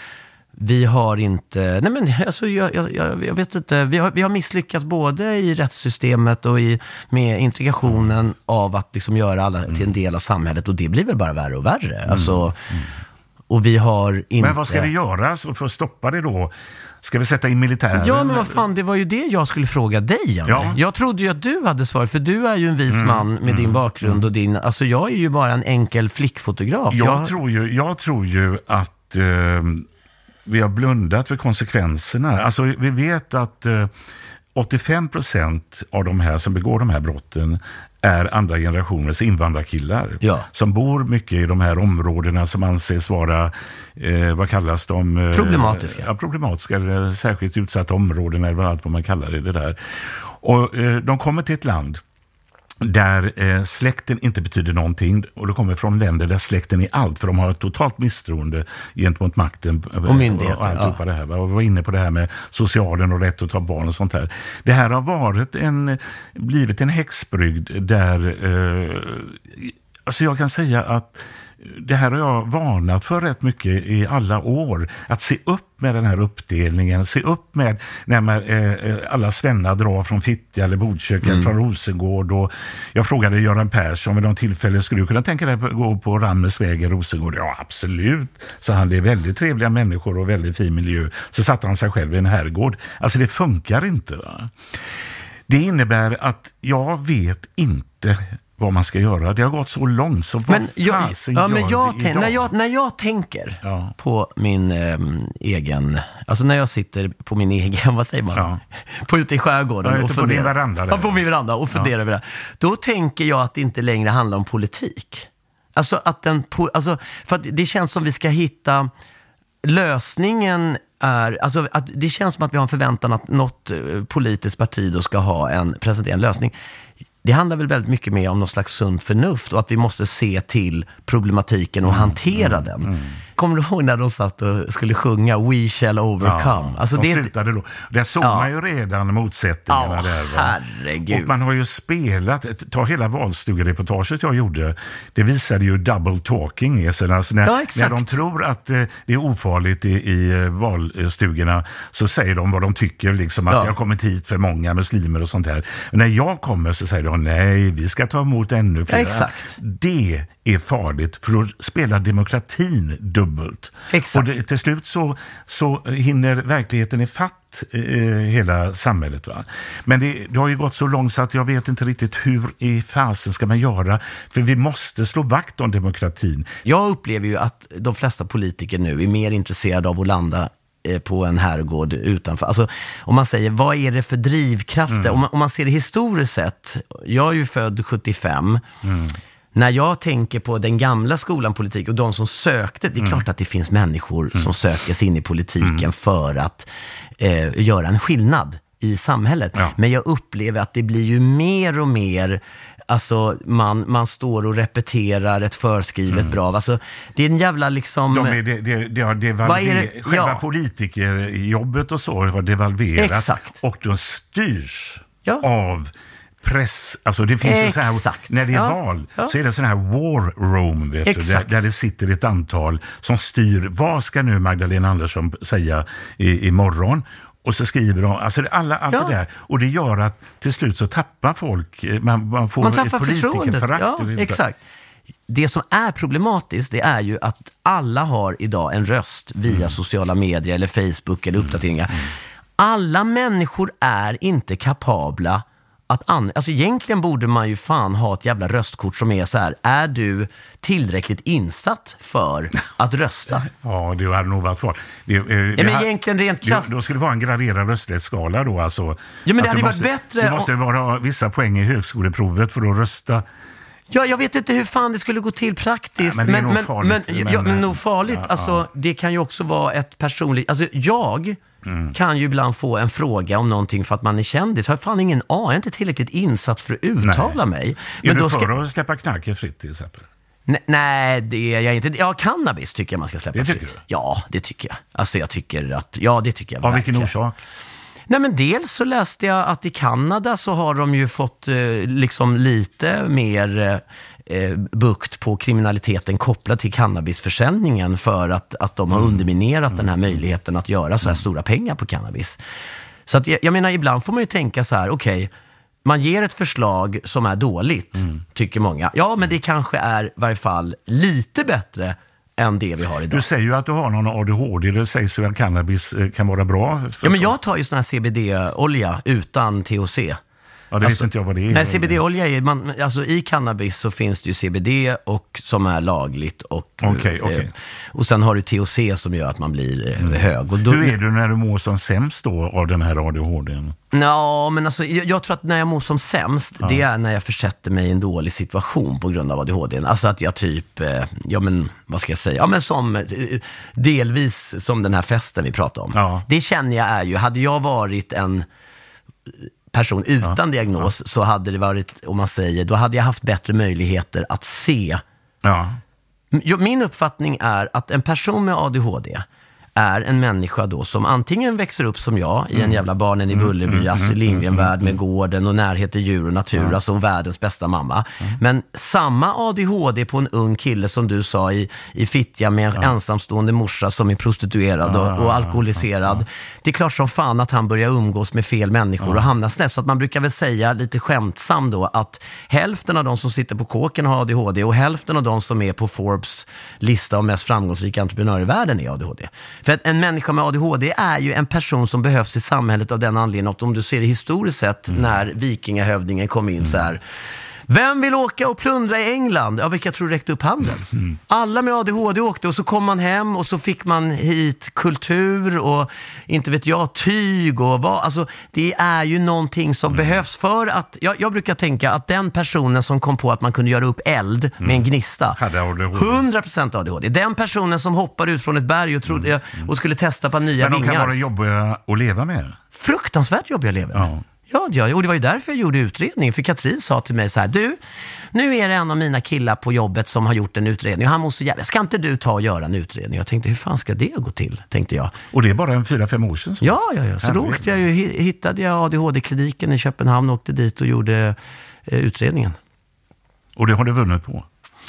Speaker 8: inte, nej men alltså jag vet inte, vi har misslyckats både i rättssystemet och med integrationen av att liksom göra alla till en del av samhället, och det blir väl bara värre och värre. Alltså, och vi har inte...
Speaker 10: Men vad ska det göras för att stoppa det då? Ska vi sätta in militären?
Speaker 8: Ja, men vad fan, det var ju det jag skulle fråga dig, Janne. Ja. Jag trodde ju att du hade svarat, för du är ju en vis man med din bakgrund och din... Alltså jag är ju bara en enkel flickfotograf. Jag
Speaker 10: tror ju att vi har blundat för konsekvenserna. Alltså vi vet att 85% av de här som begår de här brotten är andra generationens invandrarkillar som bor mycket i de här områdena som anses vara, vad kallas de?
Speaker 8: Problematiska.
Speaker 10: Problematiska, eller särskilt utsatta områden eller allt vad man kallar det där. Och de kommer till ett land där släkten inte betyder någonting, och de kommer från länder där släkten är allt, för de har ett totalt misstroende gentemot makten
Speaker 8: och myndigheter
Speaker 10: och alltihopa det här. Och var inne på det här med socialen och rätt att ta barn och sånt här. Det här har blivit en häxbrygd där alltså jag kan säga att det här har jag varnat för rätt mycket i alla år. Att se upp med den här uppdelningen. Se upp med när alla svennar drar från Fittja eller Botkyrka från Rosengård. Och jag frågade Göran Persson vid någon tillfälle, skulle du kunna tänka dig att gå på Ramnesväg i Rosengård? Ja, absolut. Så han, det är väldigt trevliga människor och väldigt fin miljö. Så satte han sig själv i en herrgård. Alltså det funkar inte, va? Det innebär att jag vet inte vad man ska göra. Det har gått så långt, så
Speaker 8: när jag tänker på min egen, alltså när jag sitter på min egen, vad säger man? På ute i skärgården och funderar på min veranda och funderar över det. Då tänker jag att det inte längre handlar om politik. Alltså för att det känns som vi ska hitta lösningen alltså att det känns som att vi har en förväntan att något politiskt parti då ska presentera en lösning. Det handlar väl väldigt mycket mer om någon slags sunt förnuft, och att vi måste se till problematiken och hantera den. Kommer du ihåg när de satt och skulle sjunga We Shall Overcome?
Speaker 10: Alltså de slutade då. Där såg man ju redan motsättningarna där.
Speaker 8: Herregud.
Speaker 10: Och man har ju spelat, ta hela valstugereportaget jag gjorde, det visade ju double talking. Alltså när de tror att det är ofarligt i valstugorna, så säger de vad de tycker, liksom att jag har kommit hit för många muslimer och sånt här. När jag kommer så säger de nej, vi ska ta emot ännu fler.
Speaker 8: Exakt.
Speaker 10: Det är farligt, för att spela demokratin dubbelt.
Speaker 8: Exakt.
Speaker 10: Och till slut så hinner verkligheten ifatt hela samhället, va? Men det har ju gått så långt så att jag vet inte riktigt hur i fasen ska man göra, för vi måste slå vakt om demokratin. Jag
Speaker 8: upplever ju att de flesta politiker nu är mer intresserade av att landa på en herrgård utanför. Alltså, om man säger, vad är det för drivkrafter? Om man ser det historiskt sett, jag är ju född 75. När jag tänker på den gamla skolan politik och de som sökte, det är klart att det finns människor som söker sig in i politiken för att göra en skillnad i samhället. Men jag upplever att det blir ju mer och mer, alltså man står och repeterar ett förskrivet bra. Alltså det är en jävla liksom... Själva politikerjobbet och så har devalverat. Exakt.
Speaker 10: Och de styrs av press. Alltså det finns ju så här, när det är val så är det sån här war room, vet du, där det sitter ett antal som styr, vad ska nu Magdalena Andersson säga imorgon? Och så skriver de, alltså allt det där. Och det gör att till slut så tappar folk, man får ett politikerförakt.
Speaker 8: Exakt. Det som är problematiskt, det är ju att alla har idag en röst via sociala medier eller Facebook eller uppdateringar. Alla människor är inte kapabla alltså egentligen borde man ju fan ha ett jävla röstkort som är så här: är du tillräckligt insatt för att rösta?
Speaker 10: Ja, det hade nog varit kvar.
Speaker 8: Men egentligen rent krasst.
Speaker 10: Då skulle det vara en graderad röstlässkala då, alltså.
Speaker 8: Ja, men det hade varit bättre.
Speaker 10: Det måste vara vissa poäng i högskoleprovet för att rösta.
Speaker 8: Ja, jag vet inte hur fan det skulle gå till praktiskt.
Speaker 10: Men det är nog farligt.
Speaker 8: Men nog farligt. Alltså, det kan ju också vara ett personligt... Alltså, jag kan ju ibland få en fråga om någonting för att man är kändis. Jag har fan ingen jag är inte tillräckligt insatt för att uttala mig.
Speaker 10: Men är du för att släppa knarket fritt till exempel?
Speaker 8: Nej, det är jag inte. Ja, cannabis tycker jag man ska släppa fritt.
Speaker 10: Det tycker du?
Speaker 8: Ja, det tycker jag. Alltså jag tycker att... Ja, det tycker jag
Speaker 10: verkligen.
Speaker 8: Av
Speaker 10: vilken orsak?
Speaker 8: Nej, men dels så läste jag att i Kanada så har de ju fått liksom lite mer bukt på kriminaliteten kopplad till cannabisförsäljningen för att de har underminerat den här möjligheten att göra så här stora pengar på cannabis. Så att jag menar, ibland får man ju tänka så här, okej, man ger ett förslag som är dåligt, tycker många. Ja, men det kanske är i varje fall lite bättre än det vi har idag.
Speaker 10: Du säger ju att du har någon ADHD. Det sägs ju att cannabis kan vara bra.
Speaker 8: Ja, men jag tar ju sån här CBD-olja utan THC.
Speaker 10: Ja, det vet inte jag vad det är.
Speaker 8: Nej, CBD-olja är, alltså i cannabis så finns det ju CBD och som är lagligt och och sen har du THC som gör att man blir hög. Och då,
Speaker 10: hur är du när du mår som sämst då av den här ADHD:n?
Speaker 8: Ja, men alltså jag tror att när jag mår som sämst, det är när jag försätter mig i en dålig situation på grund av ADHD:n. Alltså att jag typ, vad ska jag säga? Ja, men som delvis som den här festen vi pratade om. Ja. Det känner jag är ju, hade jag varit en person utan diagnos så hade det varit, om man säger, då hade jag haft bättre möjligheter att se. Ja. Min uppfattning är att en person med ADHD är en människa då som antingen växer upp som jag i en jävla Barnen i Bullerby, Astrid Lindgren-värld med gården och närhet till djur och natur, alltså världens bästa mamma. Men samma ADHD på en ung kille som du sa i Fittja med en ensamstående morsa som är prostituerad och alkoholiserad. Det är klart som fan att han börjar umgås med fel människor och hamnar snett. Så att man brukar väl säga lite skämtsam då att hälften av de som sitter på kåken har ADHD och hälften av de som är på Forbes lista av mest framgångsrika entreprenörer i världen är ADHD. För att en människa med ADHD är ju en person som behövs i samhället av den anledningen att om du ser det historiskt sett när vikingahövdingen kom in så här: vem vill åka och plundra i England? Ja, vilka tror du räckte upp handen? Alla med ADHD åkte och så kom man hem och så fick man hit kultur och inte vet jag, tyg och vad. Alltså det är ju någonting som behövs för att, jag brukar tänka att den personen som kom på att man kunde göra upp eld med en gnista, 100% ADHD. Den personen som hoppade ut från ett berg och trodde och skulle testa på nya vingar.
Speaker 10: Men de kan vara jobbiga att leva med.
Speaker 8: Fruktansvärt jobbiga att leva med. Ja, och det var ju därför jag gjorde utredningen. För Katrin sa till mig så här: du, nu är det en av mina killar på jobbet som har gjort en utredning och han måste jävla, ska inte du ta och göra en utredning? Jag tänkte, hur fan ska det gå till? Tänkte jag.
Speaker 10: Och det är bara en 4-5 år sedan? Så.
Speaker 8: Ja. Så då åkte jag hittade jag ADHD-kliniken i Köpenhamn och åkte dit och gjorde utredningen.
Speaker 10: Och det har du vunnit på?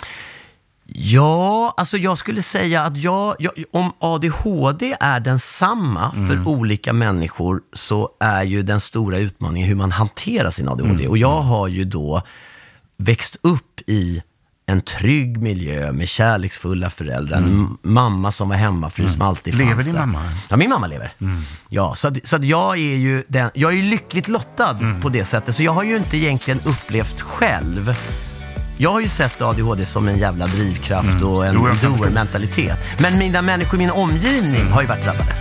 Speaker 8: Ja, alltså jag skulle säga att om ADHD är densamma för olika människor så är ju den stora utmaningen hur man hanterar sin ADHD. Och jag har ju då växt upp i en trygg miljö med kärleksfulla föräldrar. En mamma som var hemmafru som alltid fanns.
Speaker 10: Lever din mamma?
Speaker 8: Ja, min mamma lever. Ja, så att jag är ju jag är lyckligt lottad på det sättet. Så jag har ju inte egentligen upplevt själv. Jag har ju sett ADHD som en jävla drivkraft och en doer-mentalitet. Men mina människor i min omgivning har ju varit drabbade.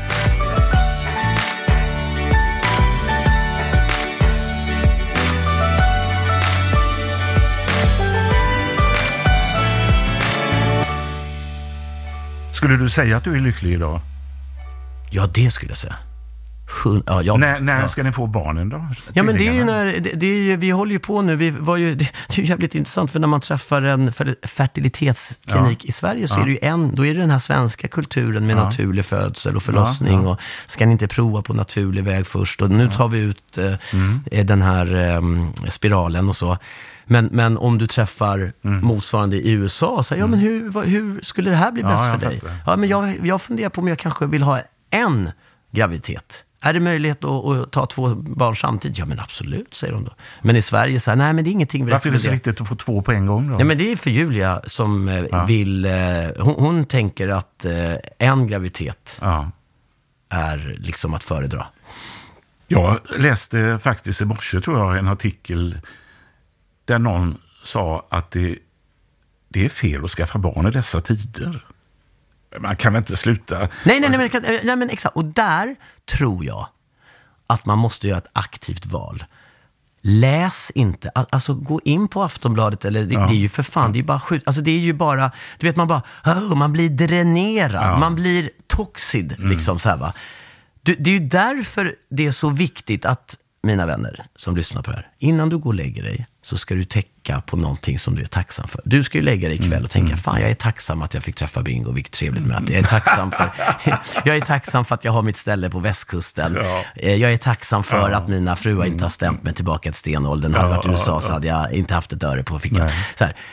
Speaker 10: Skulle du säga att du är lycklig idag?
Speaker 8: Ja, det skulle jag säga.
Speaker 10: När ska ni få barnen då?
Speaker 8: Ja, men det är ju vi håller ju på nu. Det är ju jävligt intressant, för när man träffar en fertilitetsklinik i Sverige så är det ju då är det den här svenska kulturen med naturlig födsel och förlossning och ska ni inte prova på naturlig väg först och nu tar vi ut den här spiralen och så. Men om du träffar motsvarande i USA så men hur skulle det här bli bäst för dig? Ja, men jag funderar på om jag kanske vill ha en graviditet. Är det möjlighet att ta 2 barn samtidigt? Ja, men absolut, säger de då. Men i Sverige så här, nej, men det är ingenting.
Speaker 10: Varför är det så viktigt att få 2 på en gång då?
Speaker 8: Nej, men det är för Julia som vill, hon tänker att en graviditet är liksom att föredra.
Speaker 10: Jag läste faktiskt i morse, tror jag, en artikel där någon sa att det är fel att skaffa barn i dessa tider. Man kan väl inte sluta.
Speaker 8: Nej, men exakt. Och där tror jag att man måste göra ett aktivt val. Läs inte. Alltså gå in på Aftonbladet eller det är ju för fan, det är bara skjut. Alltså det är ju bara, du vet, man blir dränerad. Man blir toxid liksom så här, va. Det är ju därför det är så viktigt att, mina vänner som lyssnar på det här, innan du går och lägger dig så ska du täcka på någonting som du är tacksam för. Du ska ju lägga dig ikväll och tänka, fan, jag är tacksam att jag fick träffa Bingo, vilket trevligt möte. Jag är tacksam för att jag har mitt ställe på västkusten. Jag är tacksam för att mina fruar inte har stämt mig tillbaka till stenåldern. Hade varit i USA så hade jag inte haft ett öre på fickan. Så här.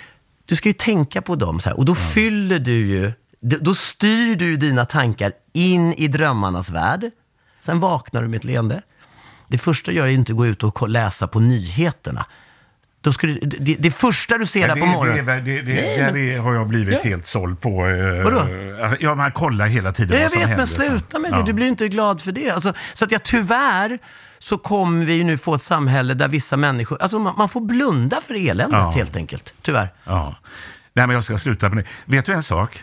Speaker 8: Du ska ju tänka på dem så här. Och då fyller du ju... Då styr du dina tankar in i drömmarnas värld. Sen vaknar du med ett leende. Det första gör är inte att gå ut och läsa på nyheterna. Då ska det första du ser där på morgonen...
Speaker 10: Det har jag blivit helt såld på.
Speaker 8: Vadå?
Speaker 10: Ja, man kollar hela tiden vad som händer.
Speaker 8: Jag vet, men sluta med det. Du blir inte glad för det. Alltså, så att tyvärr så kommer vi ju nu få ett samhälle där vissa människor... Alltså man får blunda för eländet helt enkelt. Tyvärr.
Speaker 10: Ja. Nej, men jag ska sluta med det. Vet du en sak?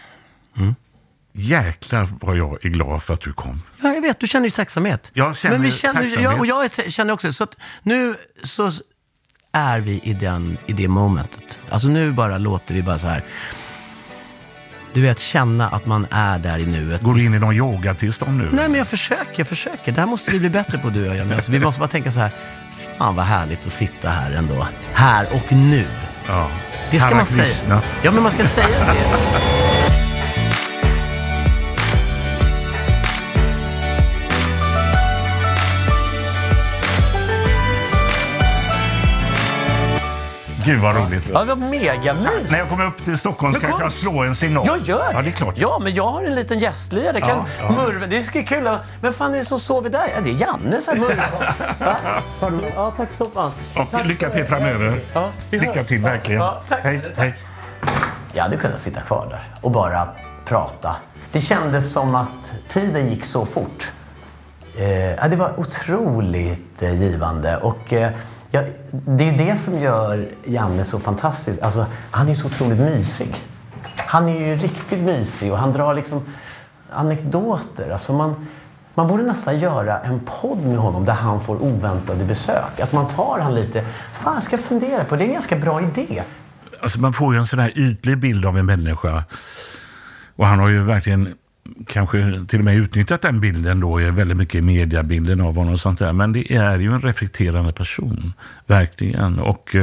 Speaker 10: Jäklar vad jag är glad för att du kom.
Speaker 8: Ja, jag vet. Du känner ju tacksamhet.
Speaker 10: Jag känner tacksamhet.
Speaker 8: Jag känner också så att nu så är vi i det momentet. Alltså nu bara låter vi bara så här. Du vet, känna att man är där i nuet.
Speaker 10: Går du in i någon yogatillstånd nu?
Speaker 8: Nej, men jag försöker. Det här måste vi bli bättre på, du och jag. Alltså, vi måste bara tänka så här. Fan vad härligt att sitta här ändå. Här och nu.
Speaker 10: Ja.
Speaker 8: Det ska man säga. Ja, men man ska säga det.
Speaker 10: Gud vad roligt.
Speaker 8: Ja, det var mega mysigt.
Speaker 10: När jag kommer upp till Stockholm ska jag slå en signal.
Speaker 8: Jag gör det.
Speaker 10: Ja, det är klart.
Speaker 8: Ja, men jag har en liten gästlya. Det kan murva. Det är kul. Men fan är det som sover där? Ja, det är Janne som murvar. Ja, tack så fan.
Speaker 10: Och lycka till framöver. Ja, lycka till verkligen. Ja, tack. Hej.
Speaker 8: Jag hade kunnat sitta kvar där och bara prata. Det kändes som att tiden gick så fort. Det var otroligt givande och... Ja, det är det som gör Janne så fantastisk. Alltså, han är så otroligt mysig. Han är ju riktigt mysig och han drar liksom anekdoter. Alltså man borde nästan göra en podd med honom där han får oväntade besök. Att man tar han lite... Fan, ska jag fundera på. Det är en ganska bra idé.
Speaker 10: Alltså man får ju en sån här ytlig bild av en människa. Och han har ju verkligen... kanske till och med utnyttjat den bilden då är väldigt mycket i mediabilden av honom och sånt där. Men det är ju en reflekterande person, verkligen. Och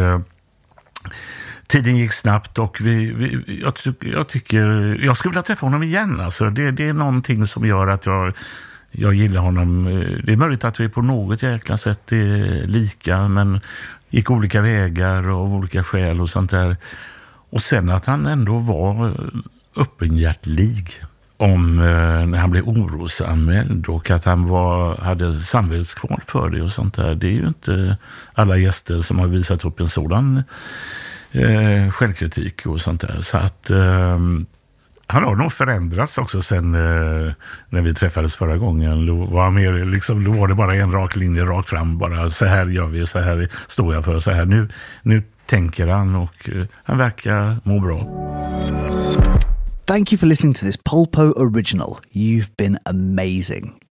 Speaker 10: tiden gick snabbt och jag tycker jag skulle vilja träffa honom igen. Alltså, det är någonting som gör att jag gillar honom. Det är möjligt att vi på något jäkla sätt är lika, men gick olika vägar och olika skäl och sånt där. Och sen att han ändå var öppenhjärtlig om när han blev orosanmäld och att han hade samvetskval för det och sånt där. Det är ju inte alla gäster som har visat upp en sådan självkritik och sånt där. Så att han har nog förändrats också sen när vi träffades förra gången. Då var det bara en rak linje rakt fram. Bara så här gör vi, så här står jag för, så här. Nu tänker han och han verkar må bra.
Speaker 12: Thank you for listening to this Polpo original. You've been amazing.